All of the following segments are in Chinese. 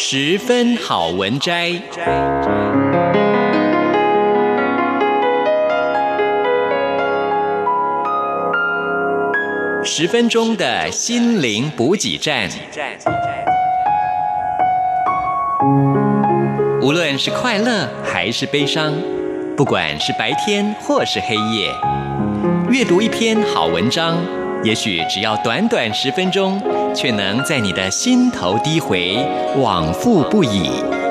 十分好文摘。10分钟的心灵补给站。无论是快乐还是悲伤，不管是白天或是黑夜，阅读一篇好文章，也许只要短短10分钟，却能在你的心头低回，往复不已。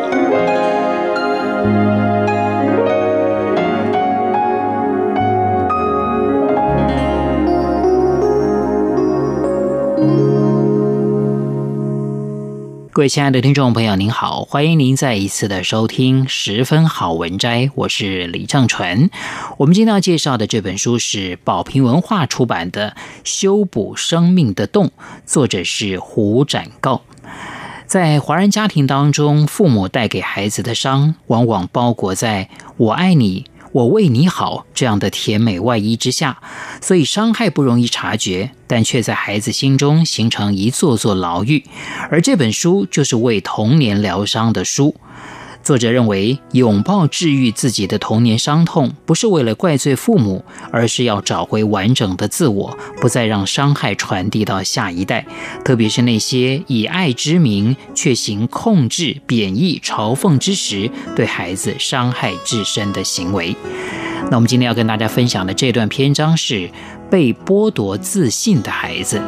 各位亲爱的听众朋友您好，欢迎您再一次的收听十分好文摘，我是李正纯。我们今天要介绍的这本书是宝瓶文化出版的《修补生命的洞》，作者是胡展诰。在华人家庭当中，父母带给孩子的伤往往包裹在我爱你，我为你好这样的甜美外衣之下，所以伤害不容易察觉，但却在孩子心中形成一座座牢狱。而这本书就是为童年疗伤的书。作者认为，拥抱治愈自己的童年伤痛，不是为了怪罪父母，而是要找回完整的自我，不再让伤害传递到下一代，特别是那些以爱之名却行控制、贬义、嘲讽之时，对孩子伤害至深的行为。那我们今天要跟大家分享的这段篇章是被剥夺自信的孩子。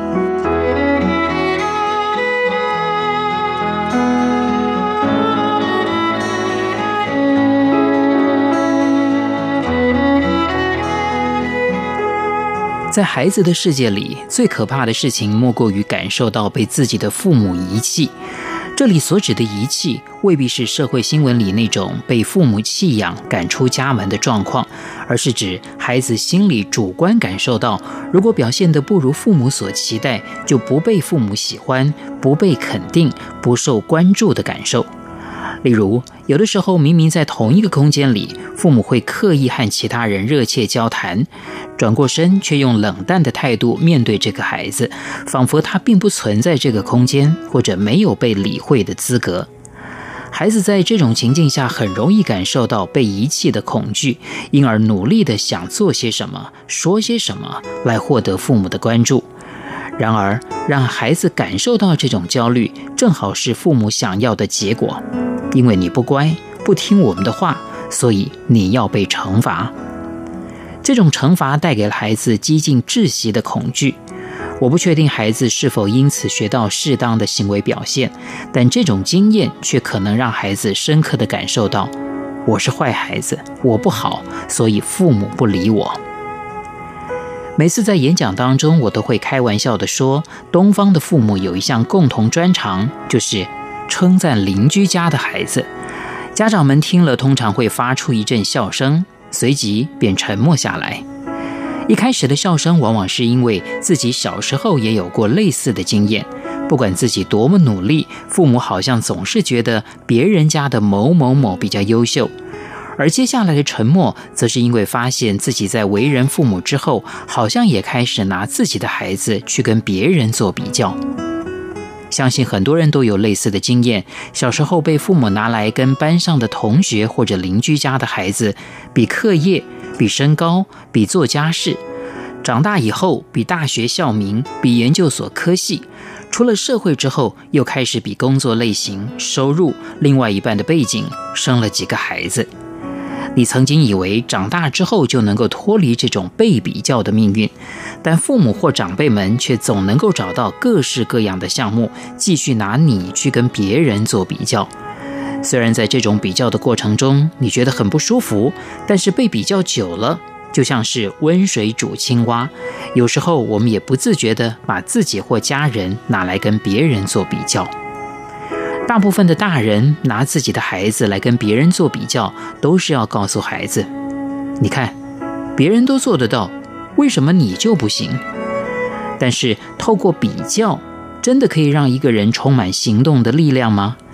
在孩子的世界里，最可怕的事情莫过于感受到被自己的父母遗弃。这里所指的遗弃，未必是社会新闻里那种被父母弃养赶出家门的状况，而是指孩子心里主观感受到，如果表现得不如父母所期待，就不被父母喜欢，不被肯定，不受关注的感受。例如，有的时候明明在同一个空间里，父母会刻意和其他人热切交谈，转过身却用冷淡的态度面对这个孩子，仿佛他并不存在这个空间，或者没有被理会的资格。孩子在这种情境下很容易感受到被遗弃的恐惧，因而努力地想做些什么，说些什么来获得父母的关注。然而，让孩子感受到这种焦虑，正好是父母想要的结果。因为你不乖，不听我们的话，所以你要被惩罚。这种惩罚带给了孩子几近窒息的恐惧。我不确定孩子是否因此学到适当的行为表现，但这种经验却可能让孩子深刻地感受到，我是坏孩子，我不好，所以父母不理我。每次在演讲当中，我都会开玩笑地说，东方的父母有一项共同专长，就是称赞邻居家的孩子。家长们听了通常会发出一阵笑声，随即便沉默下来。一开始的笑声往往是因为自己小时候也有过类似的经验，不管自己多么努力，父母好像总是觉得别人家的某某某比较优秀。而接下来的沉默，则是因为发现自己在为人父母之后，好像也开始拿自己的孩子去跟别人做比较。相信很多人都有类似的经验，小时候被父母拿来跟班上的同学或者邻居家的孩子比课业，比身高，比做家事。长大以后比大学校名，比研究所科系。出了社会之后，又开始比工作类型、收入、另外一半的背景，生了几个孩子。你曾经以为长大之后就能够脱离这种被比较的命运，但父母或长辈们却总能够找到各式各样的项目，继续拿你去跟别人做比较。虽然在这种比较的过程中，你觉得很不舒服，但是被比较久了，就像是温水煮青蛙，有时候我们也不自觉地把自己或家人拿来跟别人做比较。大部分的大人拿自己的孩子来跟别人做比较，都是要告诉孩子，你看，别人都做得到，为什么你就不行？但是透过比较，真的可以让一个人充满行动的力量吗？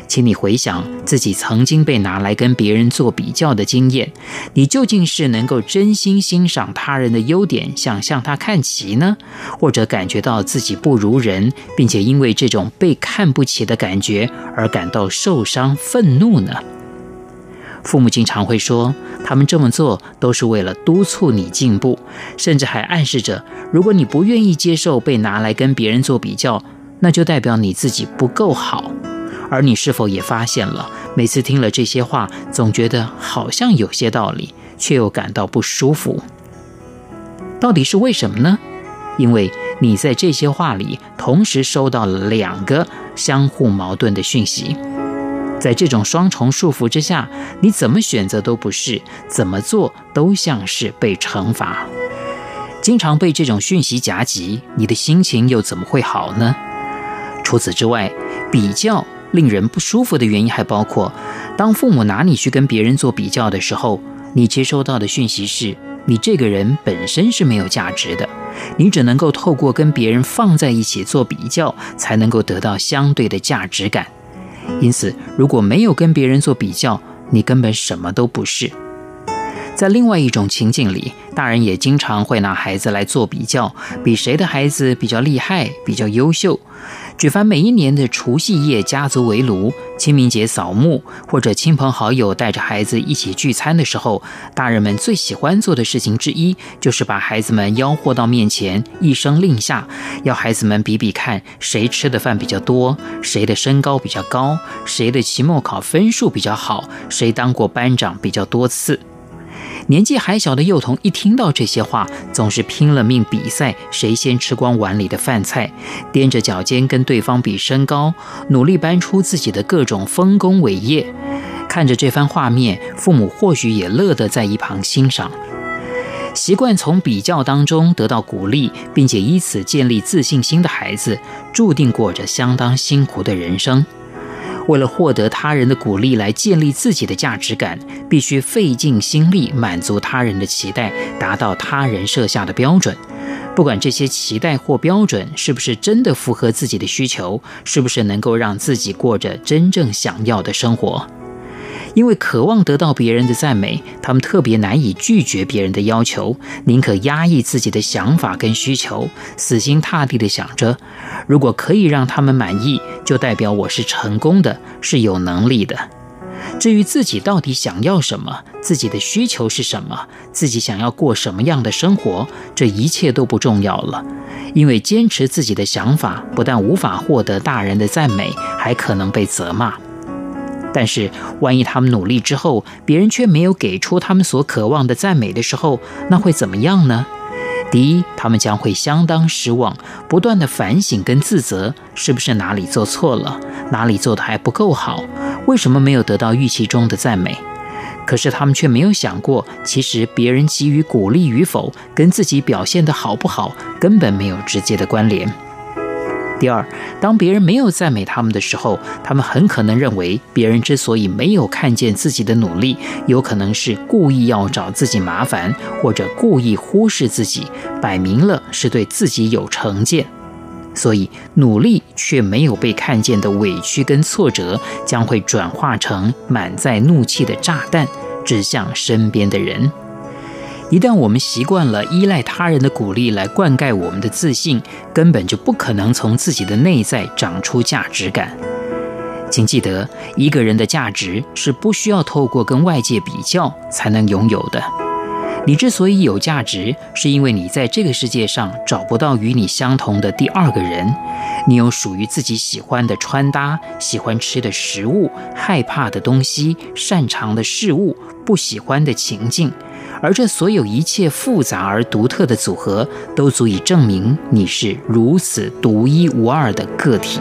请你回想自己曾经被拿来跟别人做比较的经验，你究竟是能够真心欣赏他人的优点，想向他看齐呢？或者感觉到自己不如人，并且因为这种被看不起的感觉而感到受伤、愤怒呢？父母经常会说，他们这么做都是为了督促你进步，甚至还暗示着，如果你不愿意接受被拿来跟别人做比较，那就代表你自己不够好。而你是否也发现了，每次听了这些话，总觉得好像有些道理，却又感到不舒服？到底是为什么呢？因为你在这些话里同时收到了2个相互矛盾的讯息。在这种双重束缚之下，你怎么选择都不是，怎么做都像是被惩罚。经常被这种讯息夹击，你的心情又怎么会好呢？除此之外，比较令人不舒服的原因还包括，当父母拿你去跟别人做比较的时候，你接收到的讯息是，你这个人本身是没有价值的，你只能够透过跟别人放在一起做比较，才能够得到相对的价值感。因此，如果没有跟别人做比较，你根本什么都不是。在另外一种情境里，大人也经常会拿孩子来做比较，比谁的孩子比较厉害，比较优秀。举凡每一年的除夕夜家族围炉、清明节扫墓，或者亲朋好友带着孩子一起聚餐的时候，大人们最喜欢做的事情之一，就是把孩子们吆喝到面前，一声令下，要孩子们比比看谁吃的饭比较多，谁的身高比较高，谁的期末考分数比较好，谁当过班长比较多次。年纪还小的幼童一听到这些话，总是拼了命比赛谁先吃光碗里的饭菜，踮着脚尖跟对方比身高，努力搬出自己的各种丰功伟业。看着这番画面，父母或许也乐得在一旁欣赏。习惯从比较当中得到鼓励，并且以此建立自信心的孩子，注定过着相当辛苦的人生。为了获得他人的鼓励来建立自己的价值感，必须费尽心力满足他人的期待，达到他人设下的标准。不管这些期待或标准是不是真的符合自己的需求，是不是能够让自己过着真正想要的生活。因为渴望得到别人的赞美，他们特别难以拒绝别人的要求，宁可压抑自己的想法跟需求，死心塌地地想着，如果可以让他们满意，就代表我是成功的，是有能力的。至于自己到底想要什么，自己的需求是什么，自己想要过什么样的生活，这一切都不重要了。因为坚持自己的想法，不但无法获得大人的赞美，还可能被责骂。但是万一他们努力之后，别人却没有给出他们所渴望的赞美的时候，那会怎么样呢？第一，他们将会相当失望，不断的反省跟自责，是不是哪里做错了，哪里做得还不够好，为什么没有得到预期中的赞美？可是他们却没有想过，其实别人给予鼓励与否，跟自己表现得好不好，根本没有直接的关联。第二，当别人没有赞美他们的时候，他们很可能认为别人之所以没有看见自己的努力，有可能是故意要找自己麻烦，或者故意忽视自己，摆明了是对自己有成见。所以努力却没有被看见的委屈跟挫折，将会转化成满载怒气的炸弹，指向身边的人。一旦我们习惯了依赖他人的鼓励来灌溉我们的自信，根本就不可能从自己的内在长出价值感。请记得，一个人的价值是不需要透过跟外界比较才能拥有的。你之所以有价值，是因为你在这个世界上找不到与你相同的第二个人。你有属于自己喜欢的穿搭，喜欢吃的食物，害怕的东西，擅长的事物，不喜欢的情境。而这所有一切复杂而独特的组合，都足以证明你是如此独一无二的个体。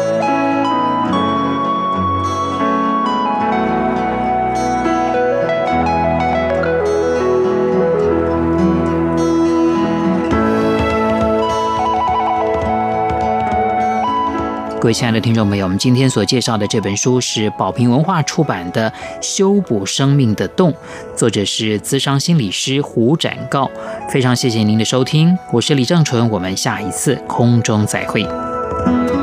各位亲爱的听众朋友，我们今天所介绍的这本书是宝瓶文化出版的《修补生命的洞》，作者是咨商心理师胡展诰。非常谢谢您的收听，我是李正淳，我们下一次空中再会。